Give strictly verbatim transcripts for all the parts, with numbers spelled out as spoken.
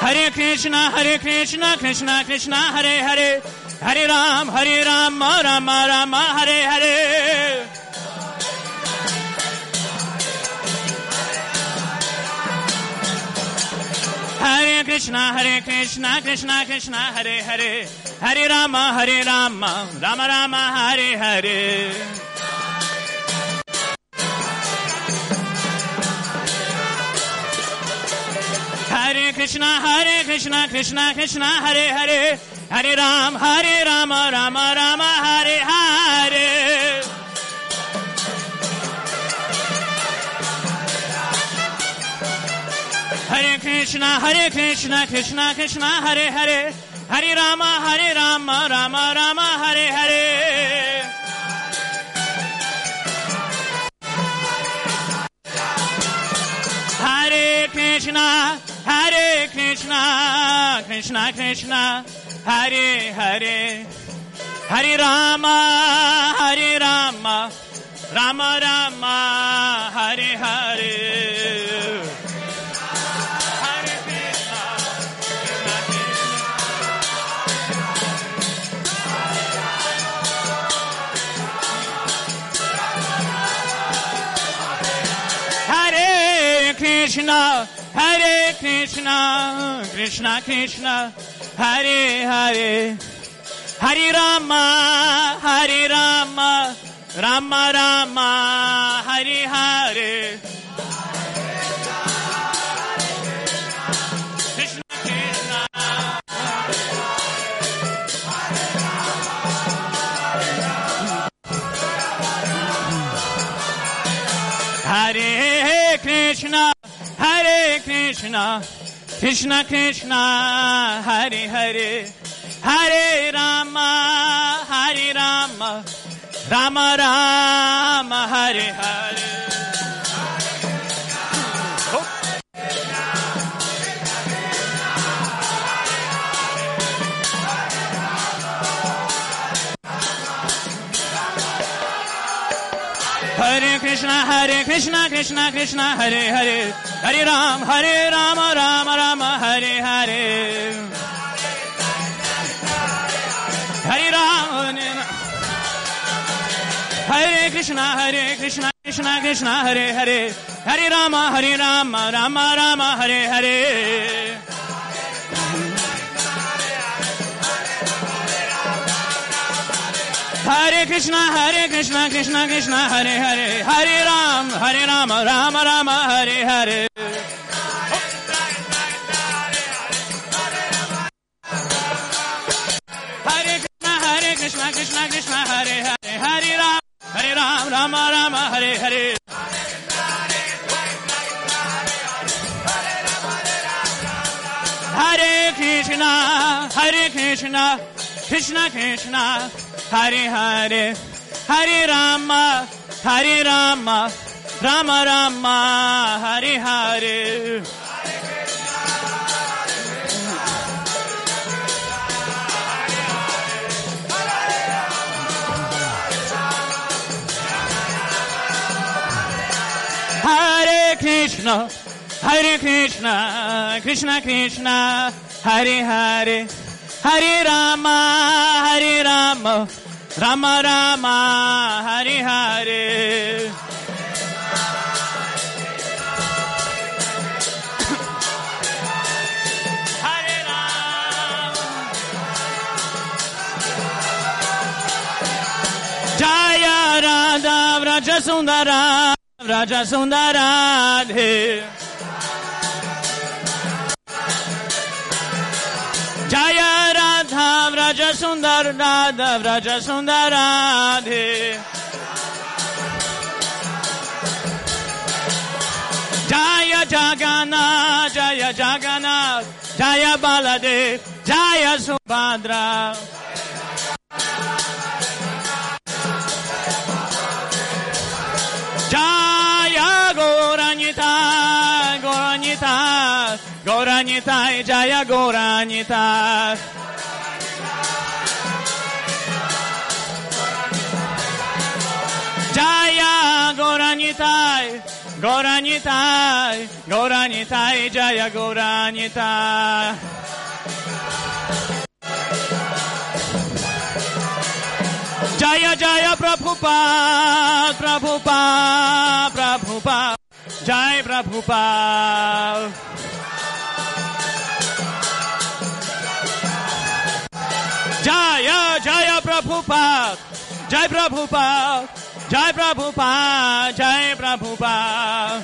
Hare Krishna, Hare Krishna, Krishna Krishna, Hare Hare, Hare Ram, Hare Rama, Rama Rama, Hare Hare. Hare Krishna, Hare Krishna, Krishna Krishna, Hare Hare, Hare Rama, Hare Rama, Rama Rama, Hare Hare. Hare Krishna, Hare Krishna, Krishna Krishna, Hare Hare, Hare Ram, Hare Rama, Rama Rama, Hare Hare. Hare Krishna, Hare Krishna, Krishna Krishna, Hare Hare, Hare Rama, Hare Rama, Rama Rama, Hare Hare. Hare Krishna, Hare Krishna, Krishna Krishna, Hare Hare, Hare Rama, Hare Rama, Rama Rama, Hare Hare. Krishna, Hare Krishna, Krishna Krishna, Hare Hare, Hare Rama, Hare Rama, Rama Rama, Hare Hare. Krishna Krishna, Hare Krishna, Hare Krishna, Krishna Krishna, Hare Hare, Hare Rama, Hare Rama, Rama Rama, Hare Hare. Hare Krishna, Hare Krishna, Krishna Krishna, Hare Hare, Hare Ram, Hare Rama, Rama Rama, Hare Hare. Hare Ram, Hare Krishna, Hare Krishna, Krishna Krishna, Hare Hare, Hare Rama, Hare Rama, Rama Rama, Hare Hare. Hare Krishna, Hare Krishna, Krishna Krishna, Hare Hare, Hare Ram, Hare Rama, Rama Rama, Hare Hare. Hare Krishna, Hare Krishna, Krishna Krishna, Hare Hare, Hare Ram, Hare Ram, Rama Rama, Hare Hare. Hare Krishna, Hare Krishna, Krishna Krishna, Hare Hare, Hare Rama, Hare Rama, Rama Rama, Hare Hare. Hare Krishna, Hare Krishna, Krishna Krishna, Hare Hare, Hare Rama, Hare Rama, Rama Rama, Hare Hare. Hare Rama. Jaya Radha Vraja Sundara, Vraja Sundaradhe. Jaya Radha Vraja Sundar Radha Vraja Sundaradhe. Jaya Jagannath, Jaya Jagannath, Jaya Baladev, Jaya Subhadra. Jaya Gauranitai, Gauranitai, Gauranitai, Jaya Gauranitai. Jaya Gauranitai, Gauranitai, Gauranitai, Jaya Gauranitai. Jaya Jaya Prabhupada, Prabhupada, Prabhupada, Jai Prabhupada. Jaya Jaya Prabhupada, Jai Prabhupada, Jai Prabhupada, Jai Prabhupada.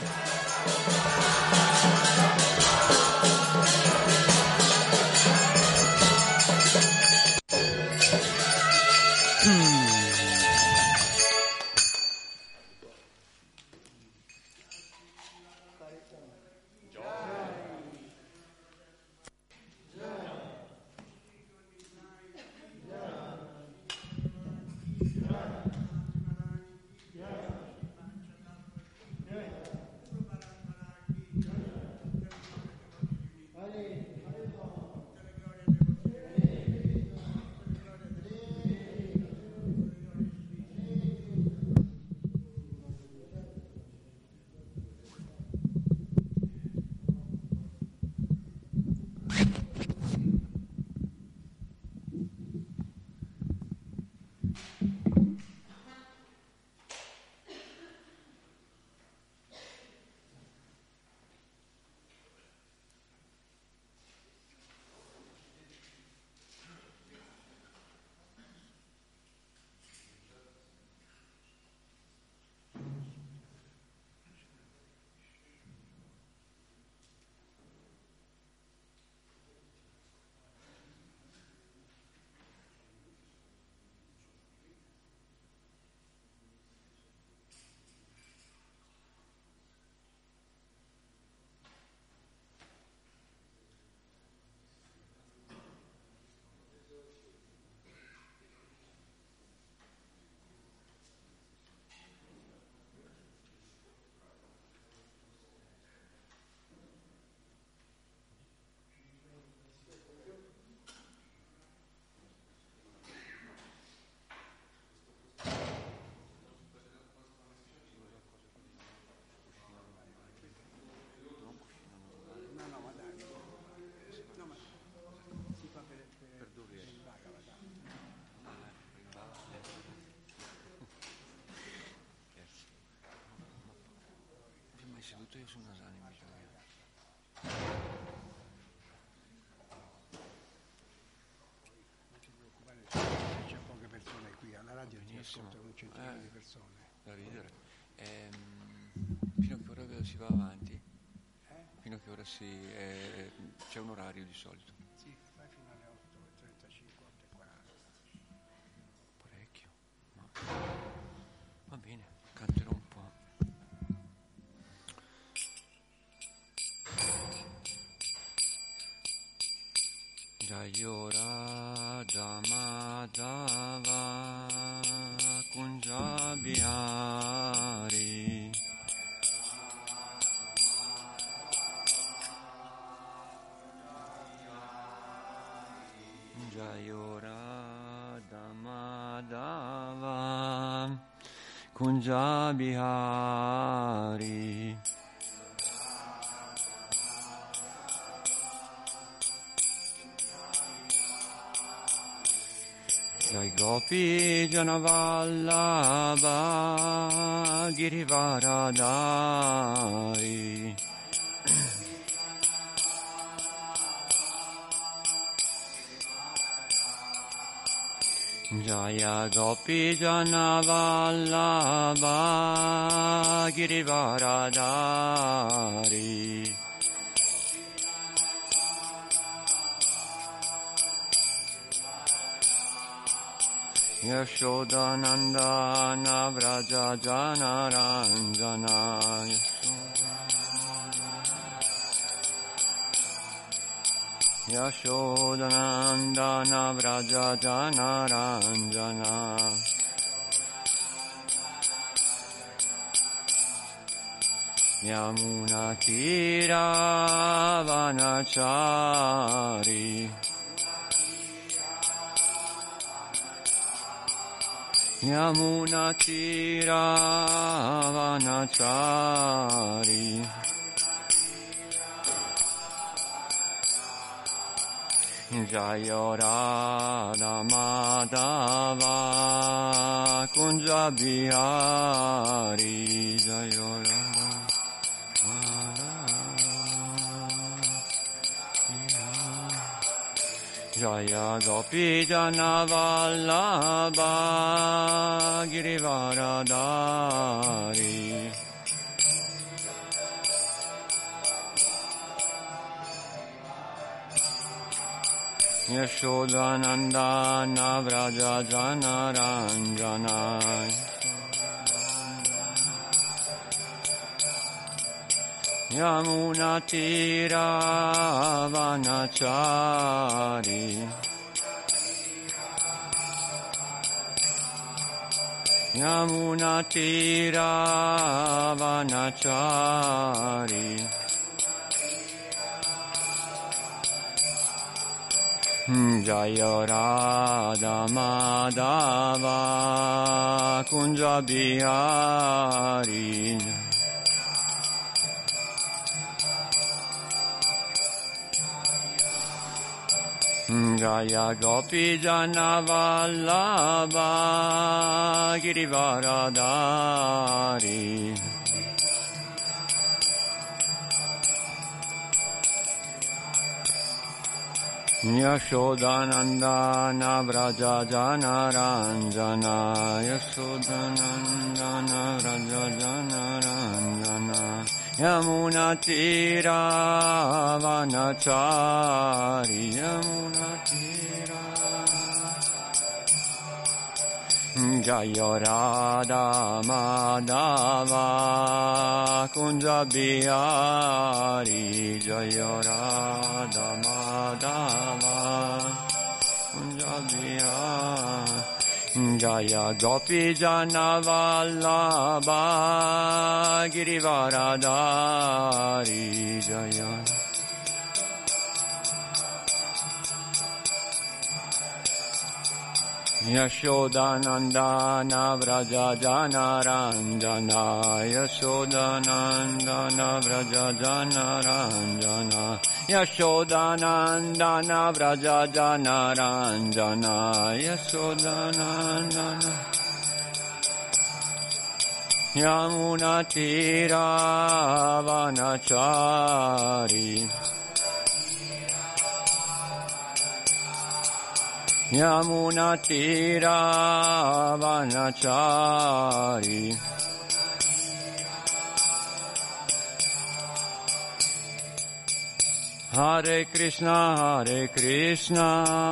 Io sono nasale invece non ti preoccupare, c'è poche persone qui alla radio, ti ascoltano un centinaio eh, di persone da ridere. Ehm, fino a che ora si va avanti? Eh? Fino a che ora si eh, c'è un orario di solito? Sì, fai fino alle otto e trentacinque, otto e quaranta. Parecchio, ma va bene, canterò un po'. Jayo Radha Madhava Kunja Bihari Jayo Radha Madhava Kunja Bihari Jai Gopi Janavallabha Girivaradari Jaya Gopi Janavallabha Girivaradari Yashodanandana Vraja Janaranjana Yashodanandana Vraja Janaranjana Yamuna Tira Vanachari Yamunatiravanachari Jayo Radha Madhava Kunja Bihari Jayo Radha Jaya Gopi Jana Vallabha Girivaradari Yashodanandana Vraja Jana Ranjana Yamunatiravanachari Yamunatiravanachari Jaya Radha Madhava Kunja Bihari Jaya Gopi Jana Vallabha Girivaradari Yashodanandana Vraja Jana Ranjana Yashodanandana Vraja Jana Ranjana Yamunatiravanachari Yamunatira Jaya Radha Madhava Kunja Bihari Jaya Radha Madhava Kunja Bihari Jaya Gopi Jana Vallabha Girivaradari Jaya Yashodanandana Vraja Jana Ranjana Yashodanandana Vraja Jana Ranjana Yashodanandana Vraja Jana Ranjana Yashodanandana Yamunatiravanachari Yamunatiravanachari Hare Krishna Hare Krishna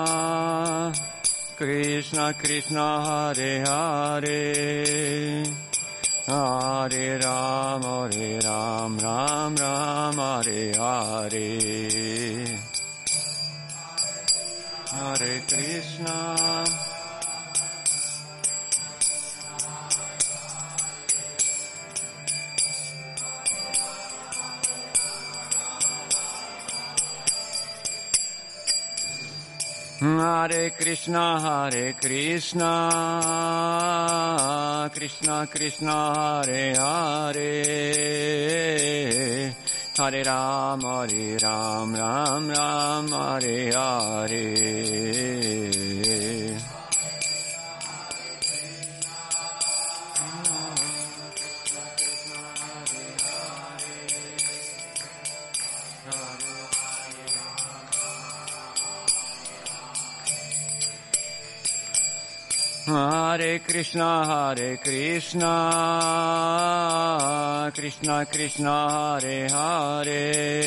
Krishna Krishna Hare Hare Hare Ram Hare Ram Ram Ram Hare Hare Hare Krishna Hare Krishna Hare Krishna Krishna Krishna Hare Hare Hare Ram Hare Ram Ram Ram Hare Hare Hare Krishna Hare Krishna Krishna Krishna Hare Hare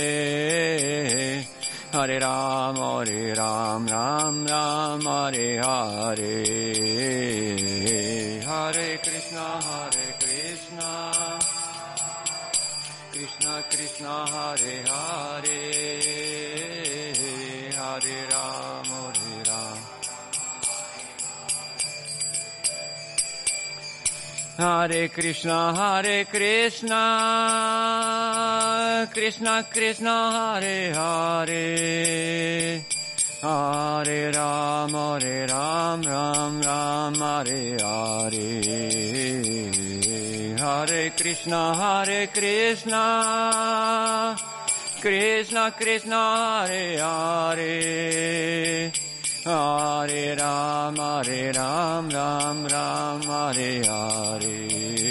Hare Ram Hare Ram Ram Ram Hare Hare Hare Krishna Hare Krishna Krishna Krishna Hare Hare Hare Ram Hare Ram Hare Krishna Hare Krishna Krishna Krishna Hare Hare Hare Ram, Hare Ram, Ram Ram, Hare Hare. Hare Krishna, Hare Krishna, Krishna Krishna, Hare Hare. Hare Ram, Hare Ram, Ram Ram, Hare Hare.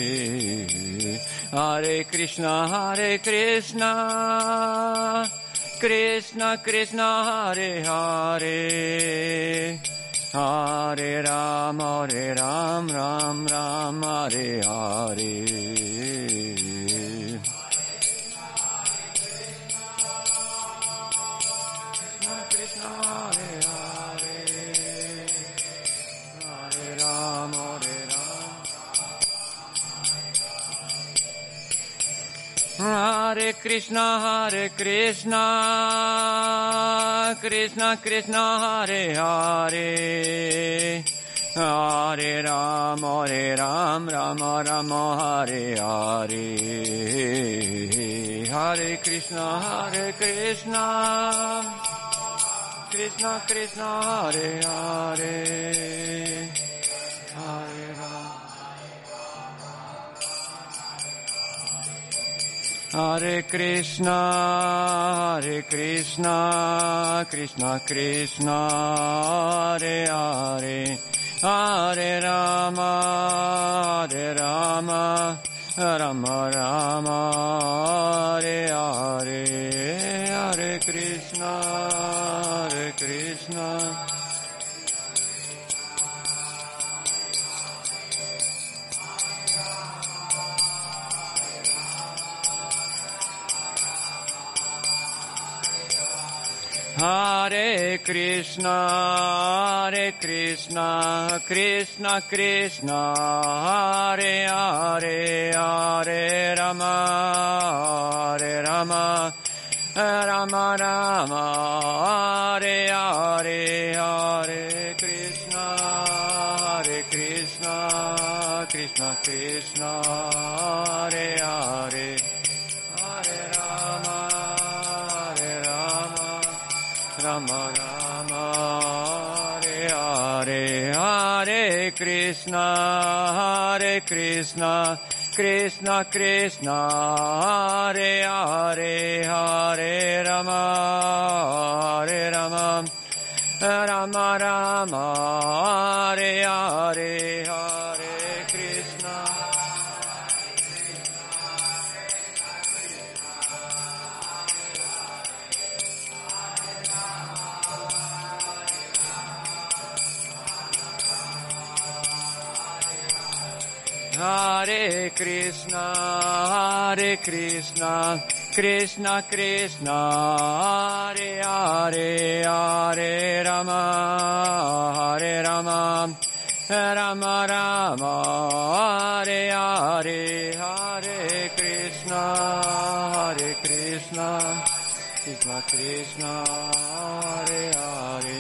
Hare Krishna, Hare Krishna, Krishna Krishna, Hare Hare. Hare Ram, Hare Ram, Ram Ram, Hare Hare. Krishna Hare Hare. Hare Ram, Hare Ram. Hare Krishna, Hare Krishna, Krishna Krishna, Hare Hare. Hare Ram, Hare Ram, Rama Rama, Hare Hare. Hare Krishna, Hare Krishna, Krishna Krishna, Hare Hare. Hare Ram. Hare Krishna, Hare Krishna, Krishna Krishna, Hare Hare. Hare Rama, Hare Rama, Rama Rama, Hare Hare. Hare Krishna, Hare Krishna. Hare Krishna, Hare Krishna, Krishna Krishna, Hare Hare. Hare Rama, Hare Rama, Rama Rama, Hare Hare. Hare Krishna, Hare Krishna, Krishna Krishna, Hare Hare. Hare Rama, Hare Rama, Rama Rama, Hare Hare. Hare Krishna, Hare Krishna, Krishna Krishna, Hare Hare. Hare Rama, Hare Rama, Rama Rama, Hare Hare. Hare Krishna. Hare Krishna, Hare Krishna, Krishna Krishna, Hare Hare. Hare Rama, Hare Rama, Rama Rama, Hare Hare. Hare Krishna, Hare Krishna, Krishna Krishna, Hare Hare.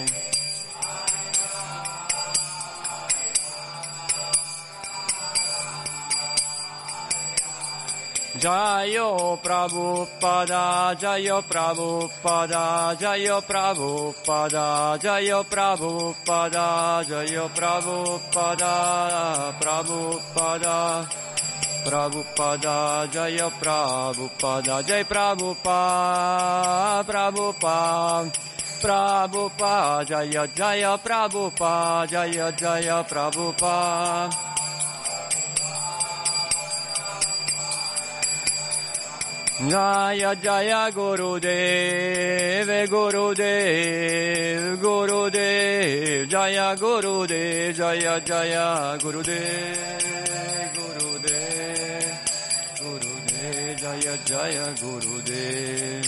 Jayo Prabhupada, Jayo Prabhupada, Jayo Prabhupada, Jayo Prabhupada, Jayo Prabhupada, Prabhupada, Prabhupada, Jayo Prabhupada, Jai Prabhupada, Prabhupada, Prabhupada, Jaya Jaya Prabhupada, Jaya Jaya Prabhupada. Jaya Jaya Gurudev, Gurudev, Gurudev, Jaya Gurudev, Jaya Jaya Gurudev, Gurudev, Gurudev, Jaya Jaya Gurudev.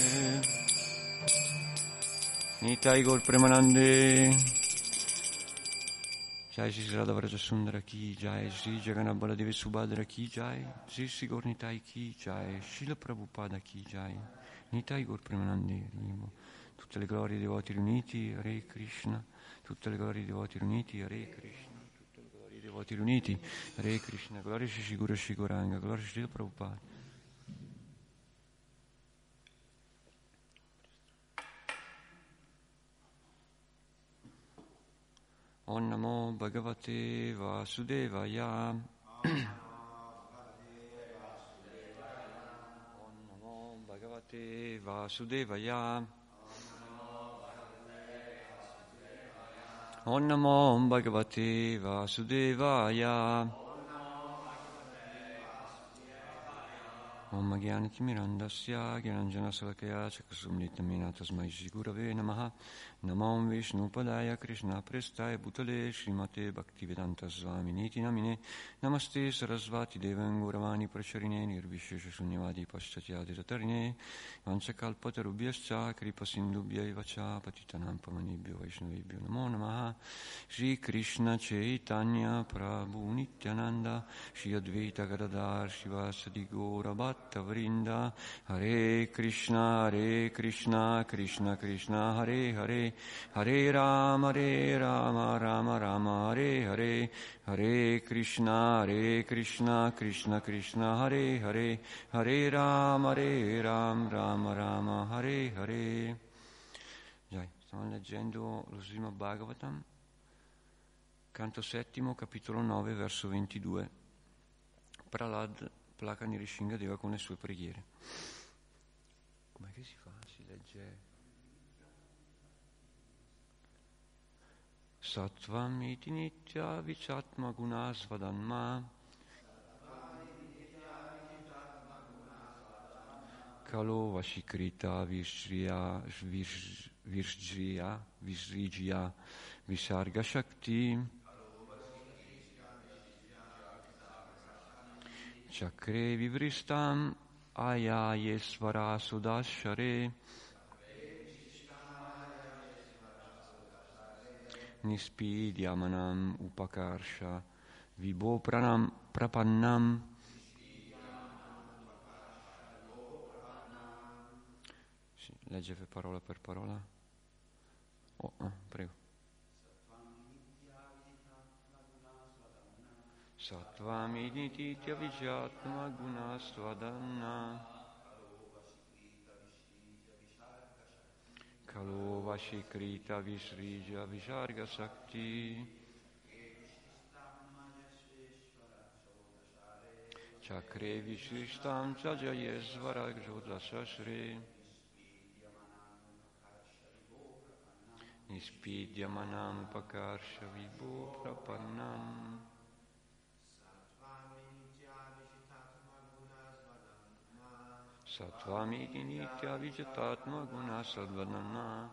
Nitai Gaur Premanande. Jai Sri Radha Vraja Sundara Ki Jai, Sri Jagannath Baladevi Subhadra Ki Jai, Sri Sri Gaur Nitai Ki Jai, Srila Prabhupada Ki Jai, Nitai Gaur Premanande. Tutte le glorie dei devoti riuniti, Hare Krishna. Tutte le glorie dei devoti riuniti, Hare Krishna. Tutte le glorie dei devoti riuniti, Hare Krishna. Gloria Shri Shri Guru Shri Gauranga, gloria Srila Prabhupada. Om Namo Bhagavate Vasudevaya. Om Namo Bhagavate Vasudevaya. Om Namo Bhagavate Vasudevaya. Om Gyanati Mirandasya Gyananjana Salakaya Chakasumnitamina Tasmai Shigurave Namaha. Namo Vishnu Padaya Krishna Prestaya Bhutale Srimate Bhaktivedanta Swaminiti Namine. Namaste Sarasvati Devan Gauravani Pracharine Nirvishesha Sunyavadi Paschatiyadi Ratarine Vanchakalpatarubhyascha Kripasindubhya Vacha Patitanam Pamanibhyo Vaishnavibhyo Namo Namaha. Shri Krishna Chaitanya Prabhu Nityananda Shri Advaita Gadadhar Shivasadi Gaura Bhatta Vrinda. Hare Krishna Hare Krishna Krishna Krishna Hare Hare Hare Rama Hare Rama Rama Rama Hare Hare. Hare Krishna Hare Krishna Krishna Krishna Hare Hare Hare Rama Hare Rama Rama Rama Hare Hare. Già, stiamo leggendo lo Srimad Bhagavatam, canto settimo, capitolo nove, verso ventidue. Prahlad placa Nrishingadeva con le sue preghiere. Com'è che si fa? Si legge Sattvam iti nitya vichatma gunasvadanma Kalo vashikrita vishriya vishriya vishriya visarga shakti Chakre vivristam ayayesvara sudashare Nispidyamanam upakarsha vibho pranam prapannam. Sì, legge per parola per parola. Oh, ah, prego. Sattvam iditya vijatma gunasvadanna Kalo vashikrita visrija visarga sakti Chakre visristam chajayesvara jodasashre Nispidyamanam upakarsha vibho prapannam. Sattvamiti nitya vijatatma guna sadvanana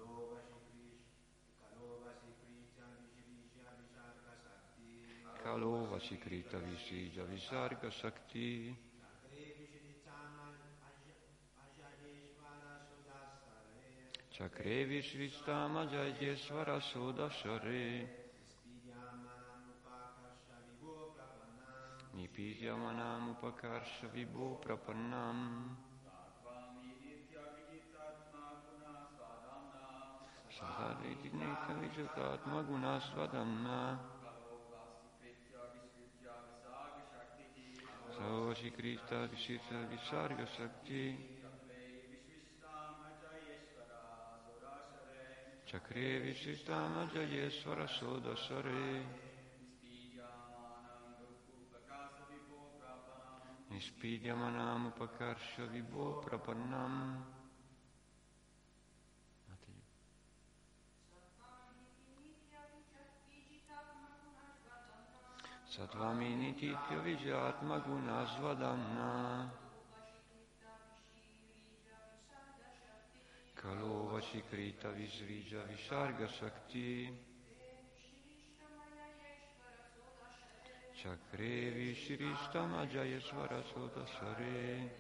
Kalo vasikrita visija visarga sakti Chakre visristam ajayesvara sodashare Nipidyamanam upakarsha vibho prapannam. Sadhariti nitya vijatatma gunasvadanna Savasikrita visita visarga sakti Chakre visristam ajayesvara sodasare Nispidyamanam upakarsha vibho prapannam. Sattvamini titya vijatma gunasvadanna Kalo vashikrita visrija visarga sakti Chakre vishrishtam ajayesvara sodasare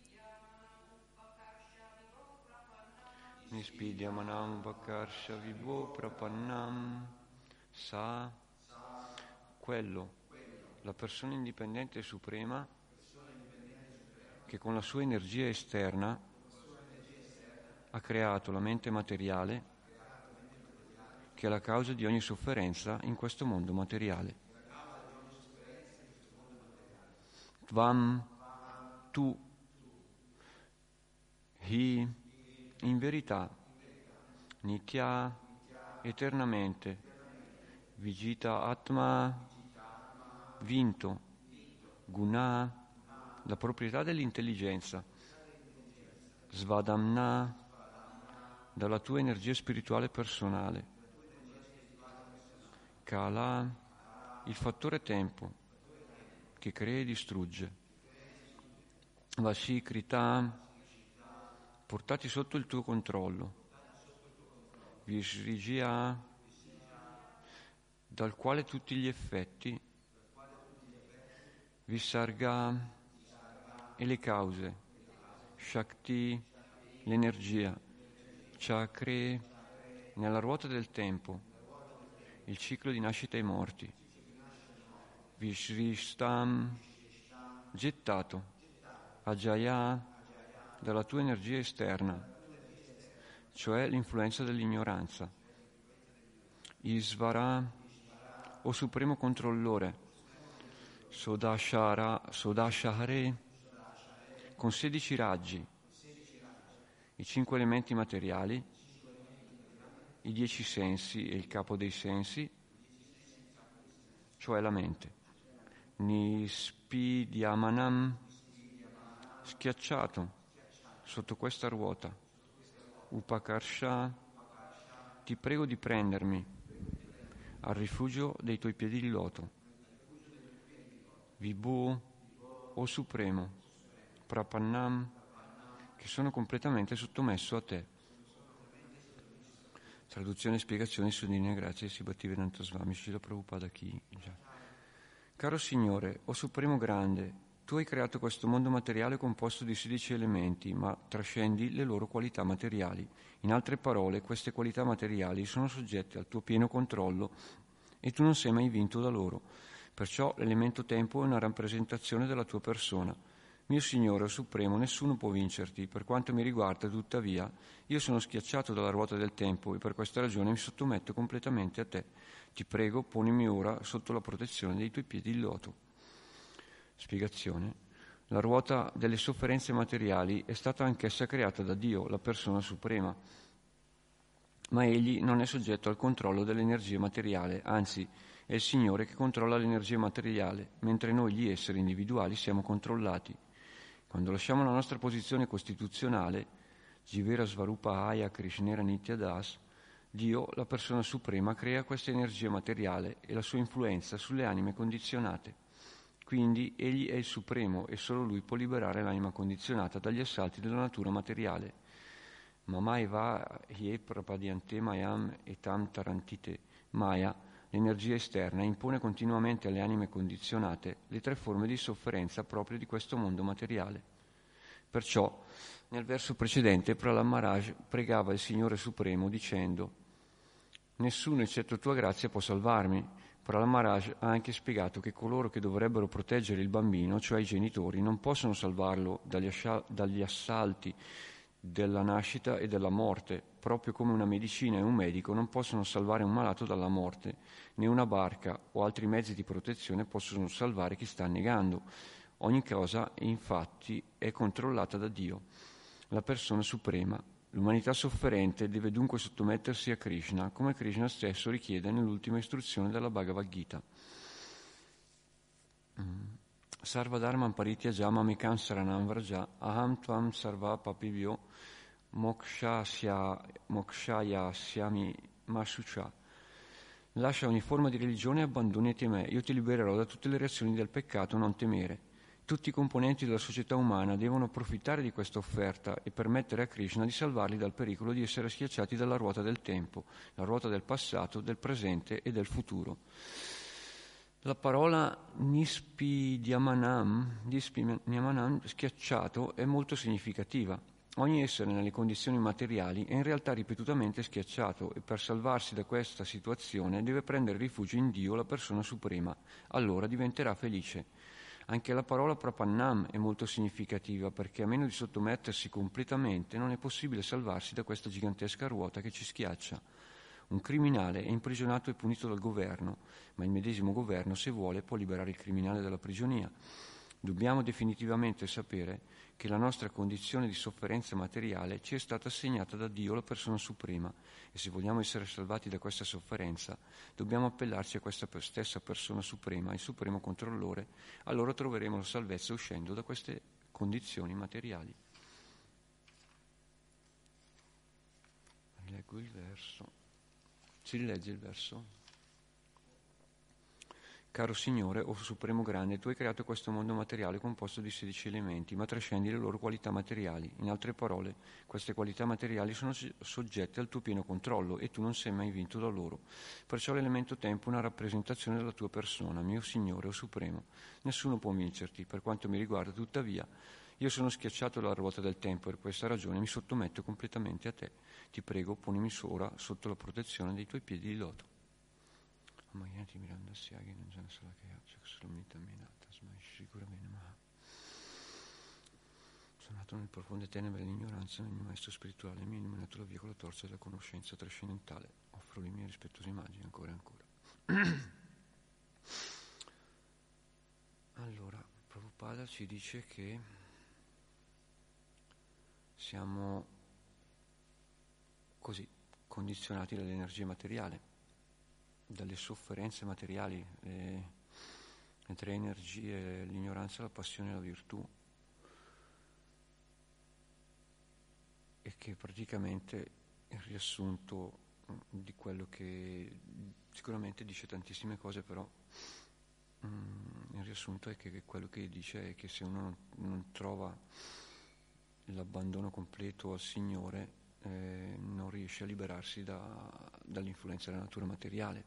Nispidyamanam upakarsha vibho prapannam. Sa, quello, la persona indipendente e suprema che con la sua energia esterna ha creato la mente materiale che è la causa di ogni sofferenza in questo mondo materiale. Tvam, tu, hi, in verità, nitya, eternamente, Vijita Atma, vinto, Guna, la proprietà dell'intelligenza, Svadhamna, dalla tua energia spirituale personale, Kala, il fattore tempo, che crea e distrugge, Vashikrita, portati sotto il tuo controllo, Visrijya, dal quale tutti gli effetti, Visarga e le cause, Shakti, l'energia, Chakre, nella ruota del tempo, il ciclo di nascita e morti, Vishrishtam, gettato, Ajaya, dalla tua energia esterna, cioè l'influenza dell'ignoranza, Isvara, o supremo controllore, Sodashara, Sodashahare, con sedici raggi, i cinque elementi materiali, i dieci sensi e il capo dei sensi, cioè la mente. Nispidyamanam, schiacciato sotto questa ruota. Upakarsha, ti prego di prendermi al rifugio dei tuoi piedi di loto. Vibhu, o Supremo, Prapannam, che sono completamente sottomesso a te. Traduzione e spiegazioni su Dine Grazie Sri Bhaktivedanta Swami Srila Prabhupada Ki. Caro Signore, o Supremo Grande, tu hai creato questo mondo materiale composto di sedici elementi, ma trascendi le loro qualità materiali. In altre parole, queste qualità materiali sono soggette al tuo pieno controllo e tu non sei mai vinto da loro. Perciò l'elemento tempo è una rappresentazione della tua persona. Mio Signore o Supremo, nessuno può vincerti. Per quanto mi riguarda, tuttavia, io sono schiacciato dalla ruota del tempo e per questa ragione mi sottometto completamente a te. Ti prego, ponimi ora sotto la protezione dei tuoi piedi di loto. Spiegazione. La ruota delle sofferenze materiali è stata anch'essa creata da Dio, la persona suprema. Ma egli non è soggetto al controllo dell'energia materiale, anzi, è il Signore che controlla l'energia materiale, mentre noi gli esseri individuali siamo controllati. Quando lasciamo la nostra posizione costituzionale, Jivera Svarupahaya Krishnera Nityadas, Dio, la persona suprema, crea questa energia materiale e la sua influenza sulle anime condizionate. Quindi egli è il supremo e solo lui può liberare l'anima condizionata dagli assalti della natura materiale. Mamaeva hie prapadiante mayam etam tarantite maya, l'energia esterna, impone continuamente alle anime condizionate le tre forme di sofferenza proprie di questo mondo materiale. Perciò, nel verso precedente, Prahlad Maharaj pregava il Signore Supremo dicendo: nessuno eccetto tua grazia può salvarmi. Prahlad Maharaj ha anche spiegato che coloro che dovrebbero proteggere il bambino, cioè i genitori, non possono salvarlo dagli, ascia- dagli assalti della nascita e della morte, proprio come una medicina e un medico non possono salvare un malato dalla morte, né una barca o altri mezzi di protezione possono salvare chi sta annegando. Ogni cosa, infatti, è controllata da Dio, la persona suprema. L'umanità sofferente deve dunque sottomettersi a Krishna, come Krishna stesso richiede nell'ultima istruzione della Bhagavad Gita. Mm. Sarvadharman parityajam amekam saranam vraja aham tvam sarva papivyo mokshasya mokshayasyami masucha. Lascia ogni forma di religione e abbandonati a me, io ti libererò da tutte le reazioni del peccato, non temere. Tutti i componenti della società umana devono approfittare di questa offerta e permettere a Krishna di salvarli dal pericolo di essere schiacciati dalla ruota del tempo, la ruota del passato, del presente e del futuro. La parola nispidyamanam, nispidyamanam, schiacciato, è molto significativa. Ogni essere nelle condizioni materiali è in realtà ripetutamente schiacciato e per salvarsi da questa situazione deve prendere rifugio in Dio, la persona suprema. Allora diventerà felice. Anche la parola prapannam è molto significativa perché a meno di sottomettersi completamente non è possibile salvarsi da questa gigantesca ruota che ci schiaccia. Un criminale è imprigionato e punito dal governo, ma il medesimo governo, se vuole, può liberare il criminale dalla prigionia. Dobbiamo definitivamente sapere che la nostra condizione di sofferenza materiale ci è stata assegnata da Dio, la persona suprema, e se vogliamo essere salvati da questa sofferenza dobbiamo appellarci a questa stessa persona suprema, il supremo controllore. Allora troveremo la salvezza uscendo da queste condizioni materiali. Leggo il verso. Si legge il verso. Caro Signore, o Supremo Grande, Tu hai creato questo mondo materiale composto di sedici elementi, ma trascendi le loro qualità materiali. In altre parole, queste qualità materiali sono soggette al Tuo pieno controllo e Tu non sei mai vinto da loro. Perciò l'elemento tempo è una rappresentazione della Tua persona, mio Signore o Supremo. Nessuno può vincerti. Per quanto mi riguarda, tuttavia, io sono schiacciato dalla ruota del tempo e per questa ragione mi sottometto completamente a Te. Ti prego, ponimi ora sotto la protezione dei Tuoi piedi di loto. Ammagliati mirando siaghi non c'è solo che c'è solamente minata smash sicuramente ma sono nato nelle profonde tenebre dell'ignoranza nel mio maestro spirituale mi ha illuminato la via con la torcia della conoscenza trascendentale. Offro le mie rispettose immagini ancora e ancora. Allora Prabhupada ci dice che siamo così condizionati dall'energia materiale, dalle sofferenze materiali, le, le tre energie, l'ignoranza, la passione e la virtù, e che praticamente il riassunto di quello che sicuramente dice tantissime cose, però mm, il riassunto è che quello che dice è che se uno non, non trova l'abbandono completo al Signore Eh, non riesce a liberarsi da, dall'influenza della natura materiale.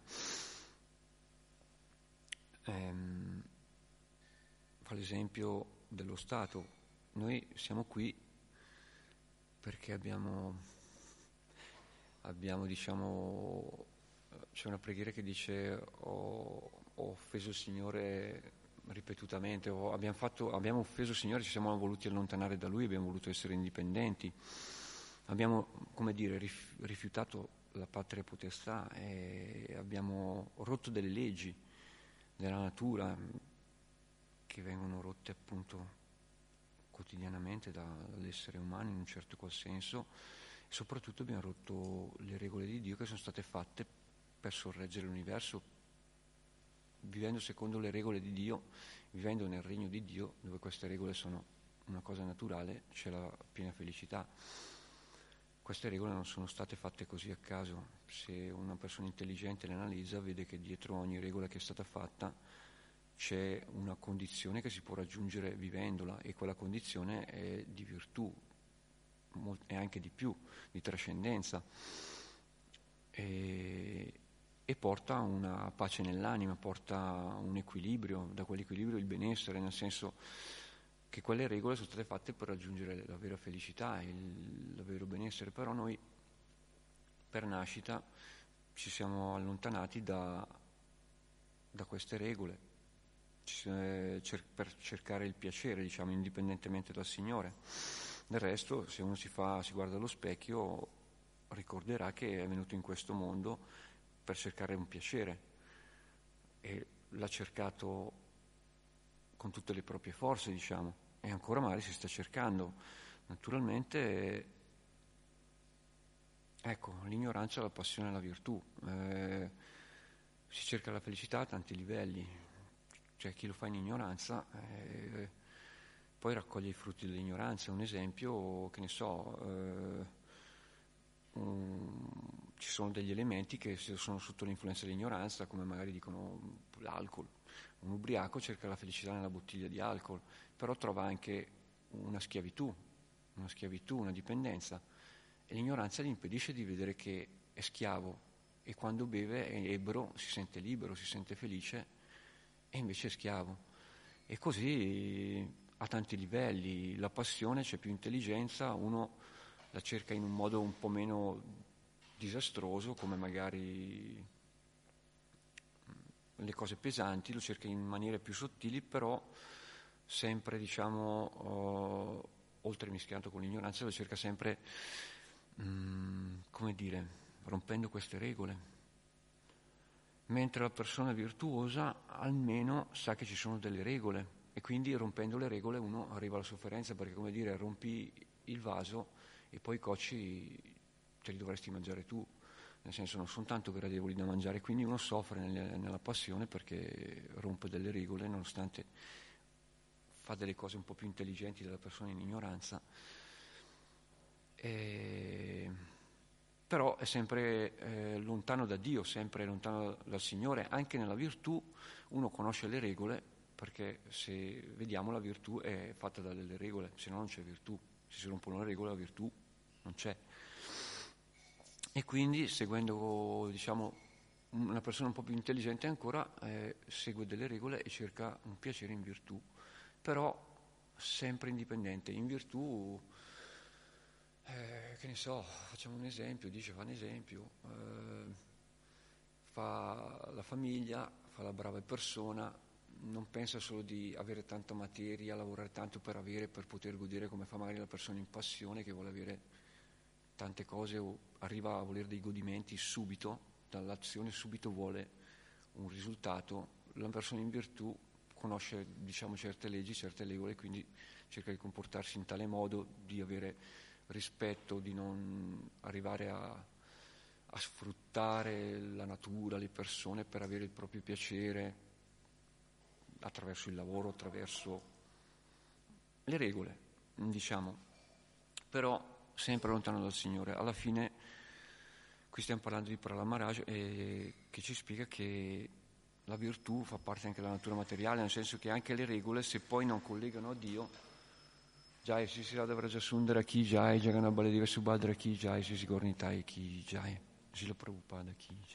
Ehm, fa l'esempio dello Stato. Noi siamo qui perché abbiamo, abbiamo diciamo, c'è una preghiera che dice ho, ho offeso il Signore ripetutamente, o abbiamo, fatto, abbiamo offeso il Signore, ci siamo voluti allontanare da Lui, abbiamo voluto essere indipendenti. Abbiamo, come dire, rifiutato la patria potestà e abbiamo rotto delle leggi della natura che vengono rotte appunto quotidianamente da, dall'essere umano in un certo qual senso, e soprattutto abbiamo rotto le regole di Dio che sono state fatte per sorreggere l'universo, vivendo secondo le regole di Dio, vivendo nel regno di Dio, dove queste regole sono una cosa naturale, c'è la piena felicità. Queste regole non sono state fatte così a caso. Se una persona intelligente le analizza, vede che dietro ogni regola che è stata fatta c'è una condizione che si può raggiungere vivendola, e quella condizione è di virtù e anche di più, di trascendenza, e, e porta una pace nell'anima, porta un equilibrio, da quell'equilibrio il benessere, nel senso che quelle regole sono state fatte per raggiungere la vera felicità, il, il vero benessere, però noi per nascita ci siamo allontanati da, da queste regole cer- per cercare il piacere, diciamo, indipendentemente dal Signore. Del resto, se uno si fa, si guarda allo specchio, ricorderà che è venuto in questo mondo per cercare un piacere e l'ha cercato con tutte le proprie forze, diciamo, e ancora magari si sta cercando. Naturalmente, ecco, l'ignoranza, la passione e la virtù. Eh, si cerca la felicità a tanti livelli. C'è chi lo fa in ignoranza, eh, poi raccoglie i frutti dell'ignoranza. Un esempio, che ne so, eh, um, ci sono degli elementi che sono sotto l'influenza dell'ignoranza, come magari dicono l'alcol. Un ubriaco cerca la felicità nella bottiglia di alcol, però trova anche una schiavitù, una schiavitù, una dipendenza, e l'ignoranza gli impedisce di vedere che è schiavo, e quando beve è ebbro, si sente libero, si sente felice, e invece è schiavo. E così a tanti livelli. La passione, c'è più intelligenza, uno la cerca in un modo un po' meno disastroso, come magari le cose pesanti, lo cerca in maniere più sottili, però sempre, diciamo, uh, oltre mischiato con l'ignoranza, lo cerca sempre, um, come dire, rompendo queste regole. Mentre la persona virtuosa almeno sa che ci sono delle regole, E quindi rompendo le regole uno arriva alla sofferenza, perché come dire, rompi il vaso e poi i cocci te li dovresti mangiare tu, nel senso non sono tanto gradevoli da mangiare, quindi uno soffre nel, nella passione perché rompe delle regole nonostante fa delle cose un po' più intelligenti della persona in ignoranza. E... però è sempre eh, lontano da Dio, sempre lontano dal Signore. Anche nella virtù uno conosce le regole, perché se vediamo la virtù è fatta da delle regole, se no non c'è virtù. Se si rompono le regole la virtù non c'è. E quindi seguendo, diciamo, una persona un po' più intelligente ancora eh, segue delle regole e cerca un piacere in virtù, però sempre indipendente. In virtù, eh, che ne so, facciamo un esempio, dice fa un esempio, eh, fa la famiglia, fa la brava persona, non pensa solo di avere tanta materia, lavorare tanto per avere, per poter godere, come fa magari la persona in passione che vuole avere tante cose o arriva a volere dei godimenti subito, dall'azione subito vuole un risultato. La persona in virtù conosce, diciamo, certe leggi, certe regole, quindi cerca di comportarsi in tale modo, di avere rispetto, di non arrivare a, a sfruttare la natura, le persone per avere il proprio piacere attraverso il lavoro, attraverso le regole, diciamo, però sempre lontano dal Signore. Alla fine qui stiamo parlando di Prahlad Maharaj, eh, che ci spiega che la virtù fa parte anche della natura materiale, nel senso che anche le regole, se poi non collegano a Dio, Jai Sri Radha Vrajasundara Ki Jai, Jagannath Baladeva Subhadra Ki Jai, Sri Gornitai Ki Jai, Srila Prabhupada Ki Jai.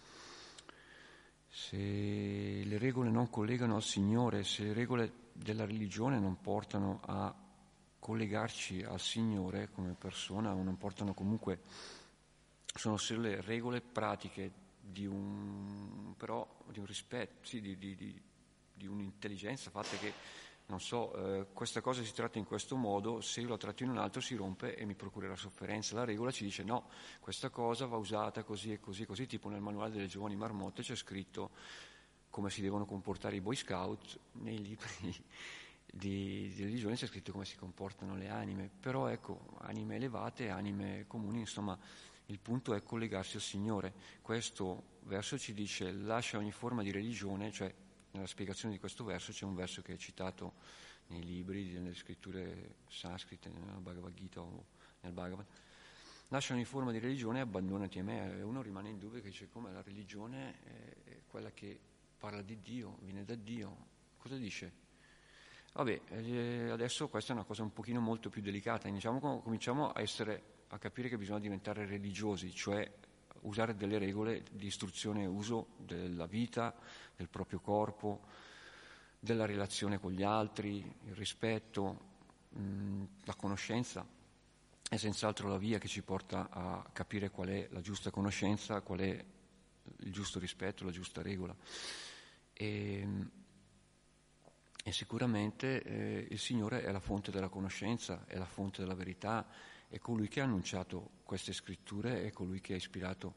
Se le regole non collegano al Signore, se le regole della religione non portano a collegarci al Signore come persona, o non portano comunque, sono solo le regole pratiche di un, però, di un rispetto, sì, di, di, di, di un'intelligenza fatta che, non so, eh, questa cosa si tratta in questo modo, se io la tratto in un altro si rompe e mi procurerà sofferenza. La regola ci dice no, questa cosa va usata così e così, così, tipo nel manuale delle giovani marmotte c'è scritto come si devono comportare i Boy Scout, nei libri di, di religione c'è scritto come si comportano le anime, però ecco, anime elevate, anime comuni, insomma, il punto è collegarsi al Signore. Questo verso ci dice lascia ogni forma di religione, cioè nella spiegazione di questo verso c'è un verso che è citato nei libri, nelle scritture sanscrite, nella Bhagavad Gita o nel Bhagavad. Lascia ogni forma di religione e abbandonati a me. E uno rimane in dubbio che dice come la religione è quella che parla di Dio, viene da Dio. Cosa dice? Vabbè, eh, adesso questa è una cosa un pochino molto più delicata. Diciamo, cominciamo a essere, a capire che bisogna diventare religiosi, cioè usare delle regole di istruzione e uso della vita, del proprio corpo, della relazione con gli altri, il rispetto, mh, la conoscenza è senz'altro la via che ci porta a capire qual è la giusta conoscenza, qual è il giusto rispetto, la giusta regola. E, e sicuramente eh, il Signore è la fonte della conoscenza, è la fonte della verità, è colui che ha annunciato queste scritture, è colui che ha ispirato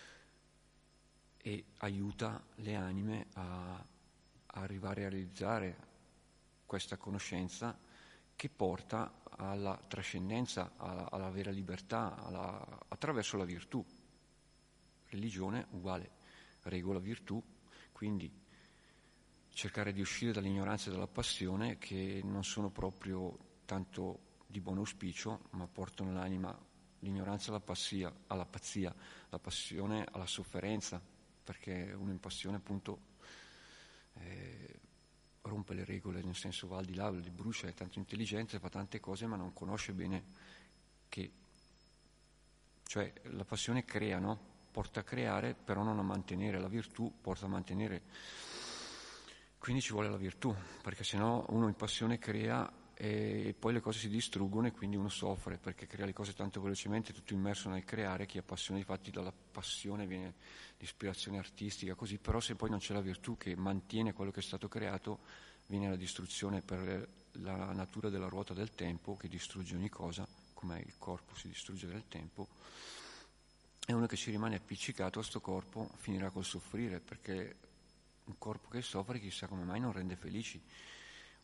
e aiuta le anime a, a arrivare a realizzare questa conoscenza che porta alla trascendenza, alla, alla vera libertà, alla, attraverso la virtù. Religione uguale regola virtù, quindi cercare di uscire dall'ignoranza e dalla passione, che non sono proprio tanto di buon auspicio, ma portano l'anima, l'ignoranza alla pazzia, alla pazzia, la passione alla sofferenza, perché uno in passione appunto eh, rompe le regole, nel senso va al di là, li brucia, è tanto intelligente, fa tante cose, ma non conosce bene che, cioè la passione crea, no? Porta a creare, però non a mantenere. La virtù porta a mantenere. Quindi ci vuole la virtù, perché sennò uno in passione crea e poi le cose si distruggono e quindi uno soffre, perché crea le cose tanto velocemente, tutto immerso nel creare. Chi ha passione, infatti dalla passione viene l'ispirazione artistica, così, però se poi non c'è la virtù che mantiene quello che è stato creato, viene la distruzione per la natura della ruota del tempo, che distrugge ogni cosa, come il corpo si distrugge nel tempo. E uno che ci rimane appiccicato a sto corpo finirà col soffrire, perché un corpo che soffre chissà come mai non rende felici.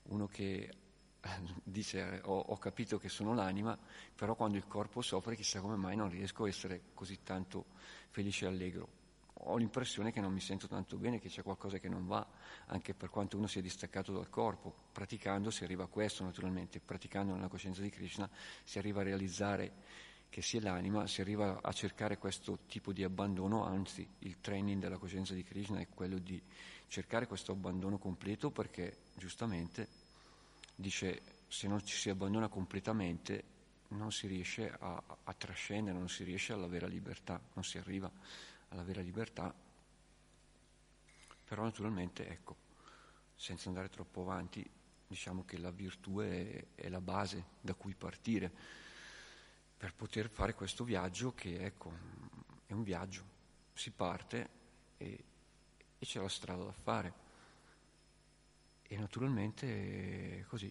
uno che dice ho, ho capito che sono l'anima, però quando il corpo soffre chissà come mai non riesco a essere così tanto felice e allegro. Ho l'impressione che non mi sento tanto bene, che c'è qualcosa che non va, anche per quanto uno sia distaccato dal corpo. Praticando si arriva a questo, naturalmente, praticando nella coscienza di Krishna si arriva a realizzare che si è l'anima, si arriva a cercare questo tipo di abbandono, anzi il training della coscienza di Krishna è quello di cercare questo abbandono completo, perché giustamente dice se non ci si abbandona completamente non si riesce a, a trascendere, non si riesce alla vera libertà, non si arriva alla vera libertà. Però naturalmente, ecco, senza andare troppo avanti, diciamo che la virtù è, è la base da cui partire per poter fare questo viaggio che, ecco, è un viaggio, si parte e, e c'è la strada da fare. E naturalmente così,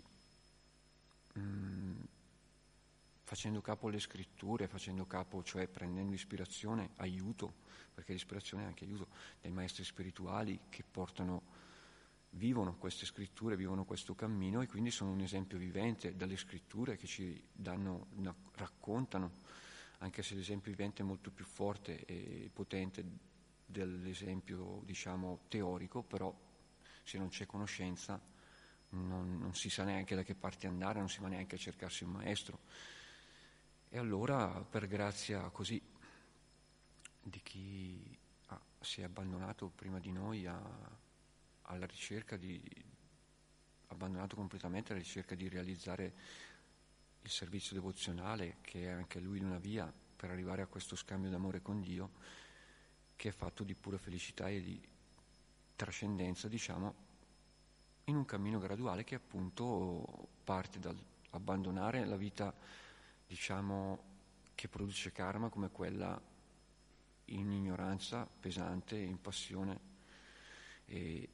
mm, facendo capo alle scritture, facendo capo, cioè prendendo ispirazione, aiuto, perché l'ispirazione è anche aiuto, dai maestri spirituali che portano, vivono queste scritture, vivono questo cammino e quindi sono un esempio vivente dalle scritture che ci danno, una, raccontano, anche se l'esempio vivente è molto più forte e potente dell'esempio, diciamo, teorico, però se non c'è conoscenza non, non si sa neanche da che parte andare, non si va neanche a cercarsi un maestro. E allora, per grazia così di chi ah, si è abbandonato prima di noi a, alla ricerca di, abbandonato completamente alla ricerca di realizzare il servizio devozionale, che è anche lui una via per arrivare a questo scambio d'amore con Dio, che è fatto di pura felicità e di trascendenza, diciamo, in un cammino graduale che appunto parte dall'abbandonare la vita, diciamo, che produce karma, come quella in ignoranza pesante, in passione, e,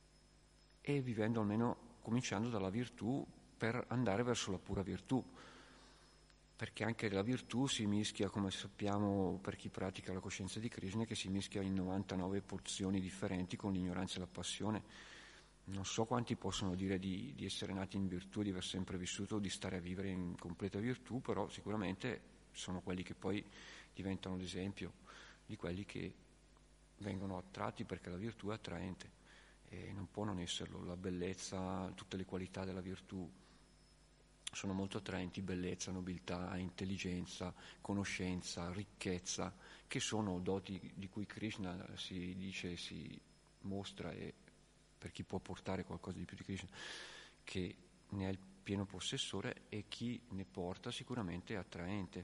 e vivendo almeno, cominciando dalla virtù per andare verso la pura virtù, perché anche la virtù si mischia, come sappiamo per chi pratica la coscienza di Krishna, che si mischia in novantanove porzioni differenti con l'ignoranza e la passione. Non so quanti possono dire di, di essere nati in virtù, di aver sempre vissuto, di stare a vivere in completa virtù, però sicuramente sono quelli che poi diventano l'esempio di quelli che vengono attratti, perché la virtù è attraente e non può non esserlo. La bellezza, tutte le qualità della virtù sono molto attraenti: bellezza, nobiltà, intelligenza, conoscenza, ricchezza, che sono doti di cui Krishna si dice, si mostra, e per chi può portare qualcosa di più di Krishna, che ne è il pieno possessore, e chi ne porta sicuramente è attraente.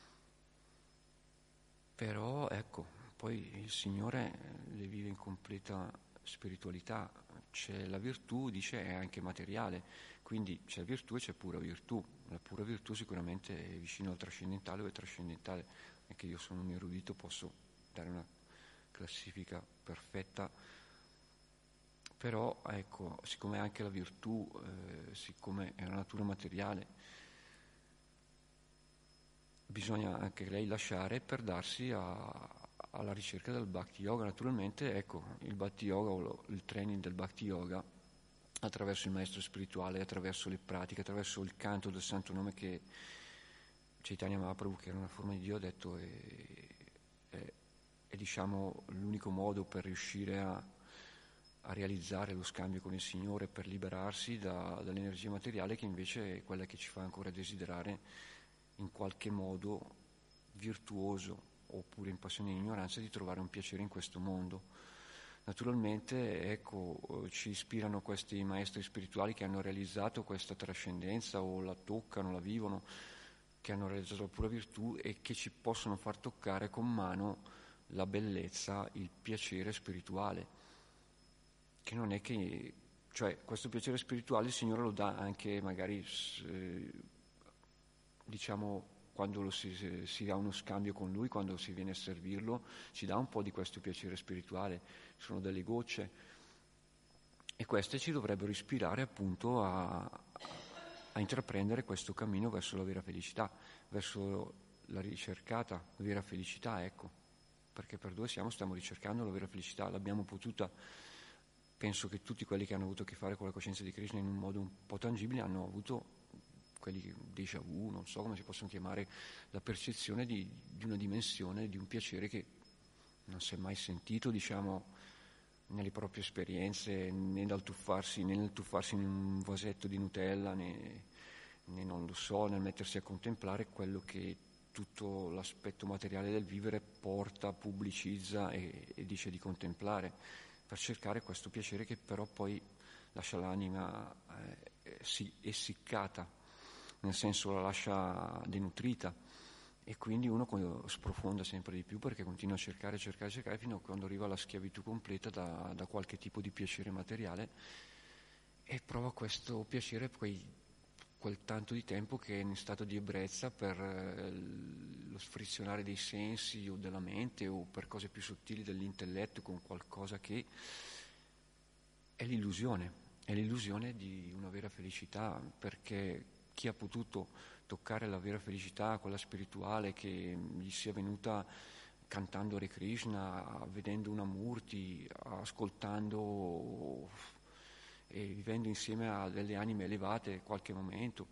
Però ecco, poi il Signore le vive in completa spiritualità. C'è la virtù, dice, è anche materiale, quindi c'è virtù e c'è pura virtù. La pura virtù sicuramente è vicino al trascendentale o è trascendentale. Anche io sono un erudito, posso dare una classifica perfetta, però ecco, siccome anche la virtù, eh, siccome è una natura materiale, bisogna anche lei lasciare per darsi a, alla ricerca del Bhakti Yoga. Naturalmente, ecco, il Bhakti Yoga o lo, il training del Bhakti Yoga attraverso il maestro spirituale, attraverso le pratiche, attraverso il canto del santo nome che Chaitanya Mahaprabhu, che era una forma di Dio, ha detto è, è, è diciamo l'unico modo per riuscire a a realizzare lo scambio con il Signore, per liberarsi da, dall'energia materiale, che invece è quella che ci fa ancora desiderare in qualche modo virtuoso oppure in passione e ignoranza di trovare un piacere in questo mondo. Naturalmente, ecco, ci ispirano questi maestri spirituali che hanno realizzato questa trascendenza, o la toccano, la vivono, che hanno realizzato la pura virtù e che ci possono far toccare con mano la bellezza, il piacere spirituale. Che non è che, cioè, questo piacere spirituale il Signore lo dà anche magari, eh, diciamo, quando lo si, si ha uno scambio con Lui, quando si viene a servirlo, ci dà un po' di questo piacere spirituale, sono delle gocce, e queste ci dovrebbero ispirare appunto a, a intraprendere questo cammino verso la vera felicità, verso la ricercata vera felicità, ecco, perché per dove siamo stiamo ricercando la vera felicità, l'abbiamo potuta penso che tutti quelli che hanno avuto a che fare con la coscienza di Krishna in un modo un po' tangibile hanno avuto quelli che déjà vu, non so come si possono chiamare, la percezione di, di una dimensione, di un piacere che non si è mai sentito, diciamo, nelle proprie esperienze, né dal tuffarsi, né nel tuffarsi in un vasetto di Nutella, né, né non lo so, nel mettersi a contemplare quello che tutto l'aspetto materiale del vivere porta, pubblicizza e, e dice di contemplare, per cercare questo piacere che però poi lascia l'anima eh, essiccata, nel senso la lascia denutrita, e quindi uno sprofonda sempre di più perché continua a cercare, cercare, cercare fino a quando arriva alla schiavitù completa da, da qualche tipo di piacere materiale, e prova questo piacere poi quel tanto di tempo che è in stato di ebbrezza per eh, lo sfrizionare dei sensi o della mente o per cose più sottili dell'intelletto, con qualcosa che è l'illusione, è l'illusione di una vera felicità, perché chi ha potuto toccare la vera felicità, quella spirituale che gli sia venuta cantando Hare Krishna, vedendo una Murti, ascoltando e vivendo insieme a delle anime elevate qualche momento,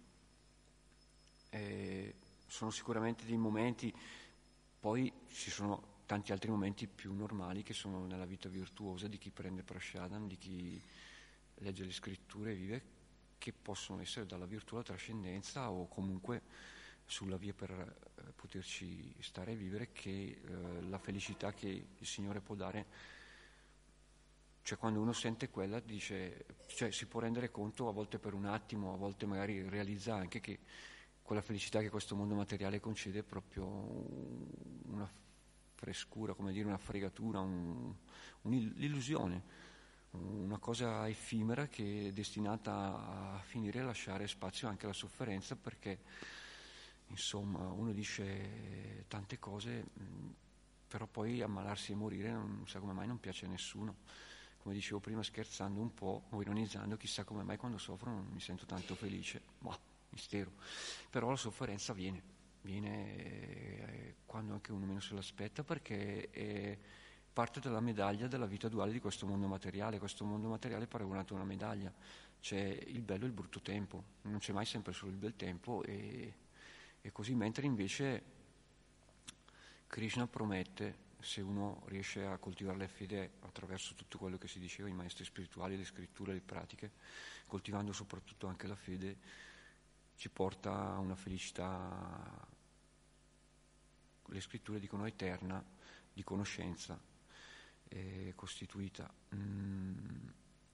e sono sicuramente dei momenti. Poi ci sono tanti altri momenti più normali che sono nella vita virtuosa di chi prende Prashadam, di chi legge le scritture e vive, che possono essere dalla virtù alla trascendenza o comunque sulla via per eh, poterci stare e vivere, che eh, la felicità che il Signore può dare, cioè quando uno sente quella dice, cioè si può rendere conto a volte per un attimo, a volte magari realizza anche che quella felicità che questo mondo materiale concede è proprio una frescura, come dire, una fregatura, un, un'illusione, una cosa effimera che è destinata a finire e lasciare spazio anche alla sofferenza, perché insomma uno dice tante cose, però poi ammalarsi e morire non sa come mai non piace a nessuno. Come dicevo prima scherzando un po' o ironizzando, chissà come mai quando soffro non mi sento tanto felice, ma mistero. Però la sofferenza viene, viene eh, quando anche uno meno se l'aspetta, perché è parte della medaglia della vita duale di questo mondo materiale. Questo mondo materiale è paragonato a una medaglia, c'è il bello e il brutto tempo, non c'è mai sempre solo il bel tempo, e, e così, mentre invece Krishna promette, se uno riesce a coltivare la fede attraverso tutto quello che si diceva, i maestri spirituali, le scritture, le pratiche, coltivando soprattutto anche la fede, ci porta a una felicità, le scritture dicono eterna, di conoscenza eh, costituita. Mm.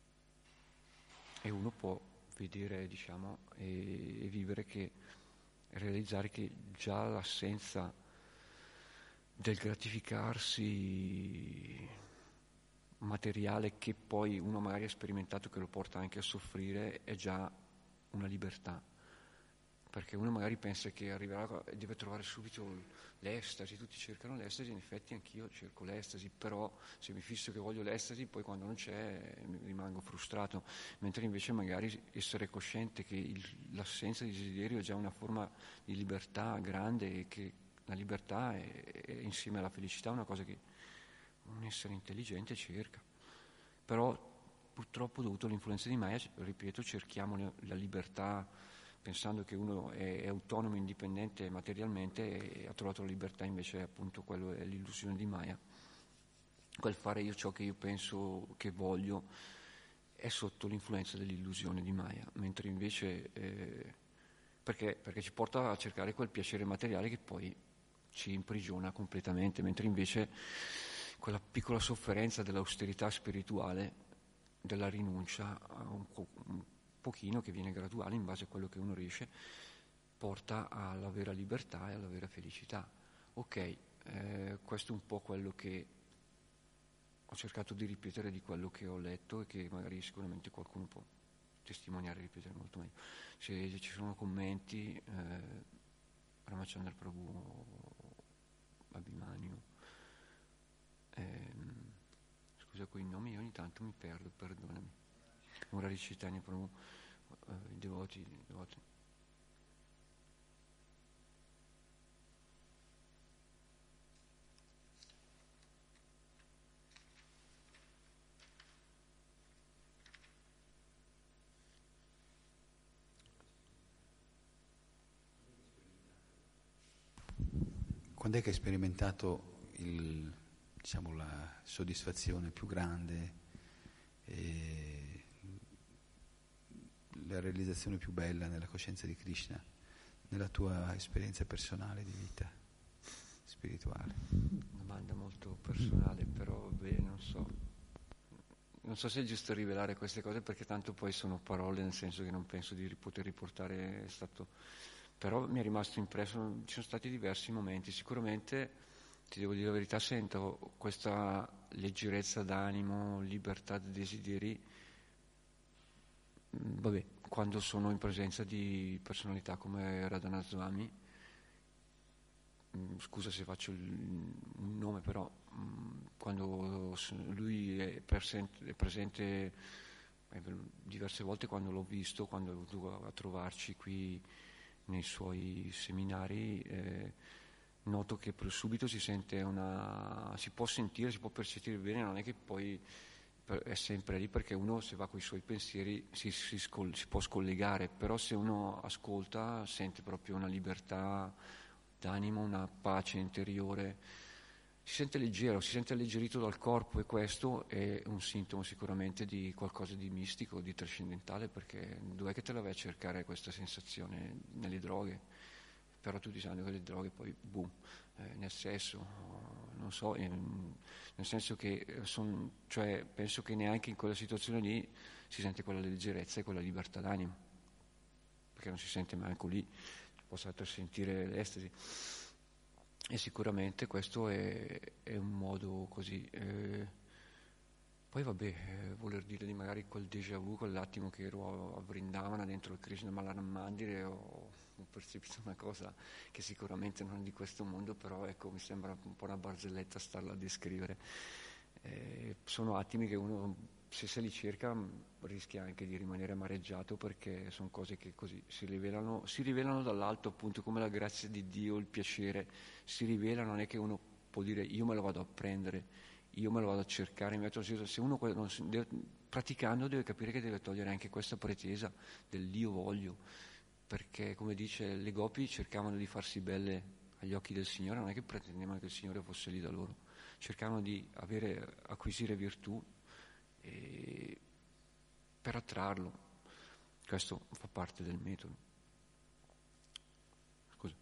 E uno può vedere, diciamo, e, e vivere che, realizzare che già l'assenza del gratificarsi materiale, che poi uno magari ha sperimentato, che lo porta anche a soffrire, è già una libertà, perché uno magari pensa che arriverà e deve trovare subito l'estasi, tutti cercano l'estasi, in effetti anch'io cerco l'estasi, però se mi fisso che voglio l'estasi, poi quando non c'è rimango frustrato, mentre invece magari essere cosciente che il, l'assenza di desiderio è già una forma di libertà grande, e che la libertà è, è insieme alla felicità una cosa che un essere intelligente cerca. Però purtroppo, dovuto all'influenza di Maya, ripeto, cerchiamo la libertà pensando che uno è, è autonomo, indipendente materialmente, e ha trovato la libertà, invece appunto quello è l'illusione di Maya. Quel fare io ciò che io penso che voglio è sotto l'influenza dell'illusione di Maya, mentre invece eh, perché? Perché ci porta a cercare quel piacere materiale che poi ci imprigiona completamente, mentre invece quella piccola sofferenza dell'austerità spirituale, della rinuncia a un, un pochino che viene graduale in base a quello che uno riesce, porta alla vera libertà e alla vera felicità. Ok, eh, questo è un po' quello che ho cercato di ripetere di quello che ho letto, e che magari sicuramente qualcuno può testimoniare e ripetere molto meglio. Se ci sono commenti, eh, Ramachandra Prabhu, Abhimanyu, ehm, scusa quei nomi, io ogni tanto mi perdo, perdonami. Murari Chaitanya Prabhu, eh, i devoti, i devoti. Quando è che hai sperimentato il, diciamo, la soddisfazione più grande e la realizzazione più bella nella coscienza di Krishna, nella tua esperienza personale di vita spirituale? Domanda molto personale, però beh, non so. Non so se è giusto rivelare queste cose, perché tanto poi sono parole, nel senso che non penso di poter riportare. È stato, però mi è rimasto impresso, ci sono stati diversi momenti. Sicuramente, ti devo dire la verità, sento questa leggerezza d'animo, libertà di desideri, vabbè, quando sono in presenza di personalità come Radhanath Swami. Scusa se faccio un nome, però quando lui è presente, è presente diverse volte, quando l'ho visto, quando è venuto a trovarci qui nei suoi seminari, eh, noto che subito si sente una, si può sentire, si può percepire bene, non è che poi è sempre lì, perché uno, se va con i suoi pensieri, si, si, scol- si può scollegare, però se uno ascolta sente proprio una libertà d'animo, una pace interiore, si sente leggero, si sente alleggerito dal corpo, e questo è un sintomo sicuramente di qualcosa di mistico, di trascendentale, perché dov'è che te la vai a cercare questa sensazione? Nelle droghe? Però tutti sanno che le droghe poi, boom, eh, nel sesso, non so, eh, nel senso che son, cioè, penso che neanche in quella situazione lì si sente quella leggerezza e quella libertà d'animo, perché non si sente manco lì, possa sentire l'estasi. E sicuramente questo è, è un modo così. Eh, poi vabbè, eh, voler dire di magari quel déjà vu, quell'attimo che ero a Vrindavana dentro il Krishna Malaram Mandir, ho, ho percepito una cosa che sicuramente non è di questo mondo, però ecco, mi sembra un po' una barzelletta starla a descrivere. Eh, sono attimi che uno, se se li cerca, rischia anche di rimanere amareggiato, perché sono cose che così si rivelano, si rivelano dall'alto, appunto, come la grazia di Dio, il piacere, si rivela, non è che uno può dire io me lo vado a prendere, io me lo vado a cercare, se uno non si, deve, praticando deve capire che deve togliere anche questa pretesa dell'io voglio, perché come dice, le gopi cercavano di farsi belle agli occhi del Signore, non è che pretendevano che il Signore fosse lì da loro, cercavano di avere, acquisire virtù e per attrarlo. Questo fa parte del metodo. Scusa.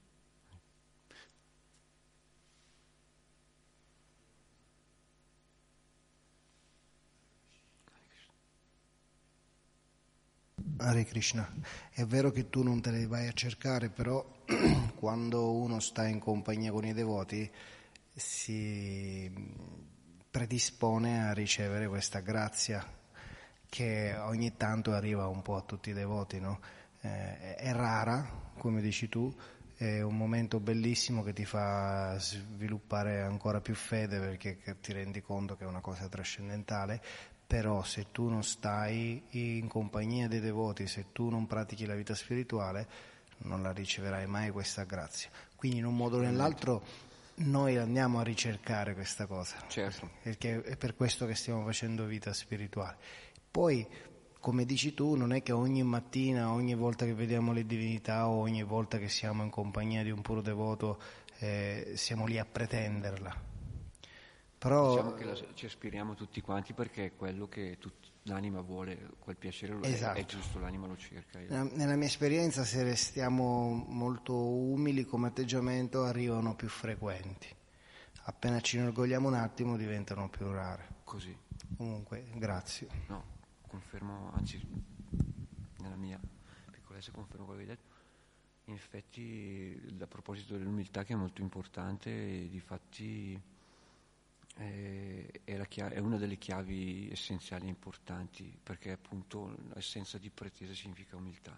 Hare Krishna, è vero che tu non te le vai a cercare, però quando uno sta in compagnia con i devoti si predispone a ricevere questa grazia che ogni tanto arriva un po' a tutti i devoti, no? Eh, è rara, come dici tu, è un momento bellissimo che ti fa sviluppare ancora più fede, perché ti rendi conto che è una cosa trascendentale. Però se tu non stai in compagnia dei devoti, se tu non pratichi la vita spirituale, non la riceverai mai questa grazia. Quindi in un modo o nell'altro noi andiamo a ricercare questa cosa, certo, perché è per questo che stiamo facendo vita spirituale. Poi, come dici tu, non è che ogni mattina, ogni volta che vediamo le divinità o ogni volta che siamo in compagnia di un puro devoto eh, siamo lì a pretenderla. Però, diciamo che la, ci aspiriamo tutti quanti, perché è quello che tut, l'anima vuole, quel piacere, esatto. è, è giusto, l'anima lo cerca. Nella mia esperienza, se restiamo molto umili come atteggiamento, arrivano più frequenti. Appena ci inorgogliamo un attimo diventano più rare. Così. Comunque, grazie. No, confermo, anzi, nella mia piccolezza confermo quello che hai detto. In effetti, a proposito dell'umiltà, che è molto importante, e difatti È, la chiave, è una delle chiavi essenziali e importanti, perché appunto l'essenza di pretesa significa umiltà.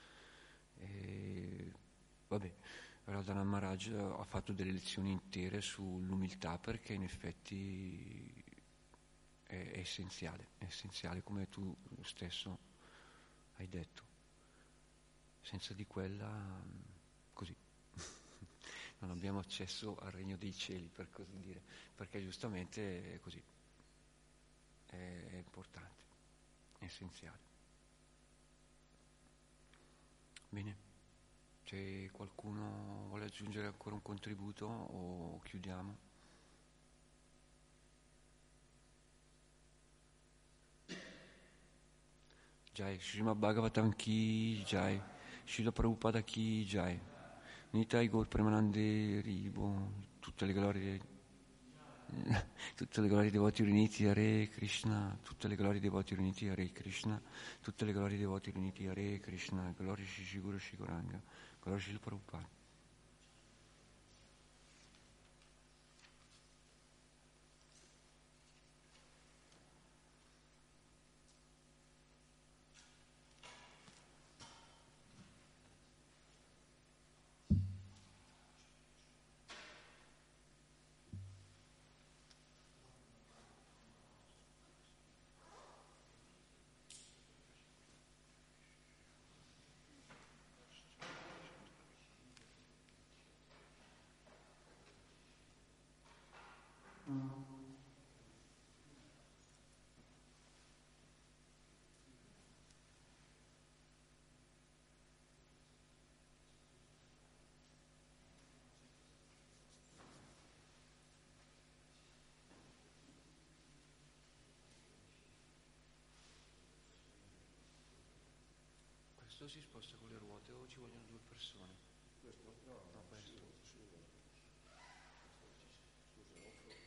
E, vabbè, Radhanath Maharaj ha fatto delle lezioni intere sull'umiltà, perché in effetti è, è essenziale, è essenziale, come tu stesso hai detto. Senza di quella, così, non abbiamo accesso al regno dei cieli, per così dire, perché giustamente è così, è, è importante, è essenziale. Bene, Se qualcuno vuole aggiungere ancora un contributo o chiudiamo. Jai, Srimad Bhagavatam Ki Jai, Srila Prabhupada Ki Jai, Nitai Gaur Premanande Ribo, tutte le glorie, tutte le glorie dei devoti riuniti Hare Krishna, tutte le glorie dei devoti riuniti Hare Krishna, tutte le glorie dei devoti riuniti Hare Krishna, gloria Shri Guru Shri Gauranga, gloria Srila Prabhupada. Questo si sposta con le ruote o ci vogliono due persone? Questo? No, no questo.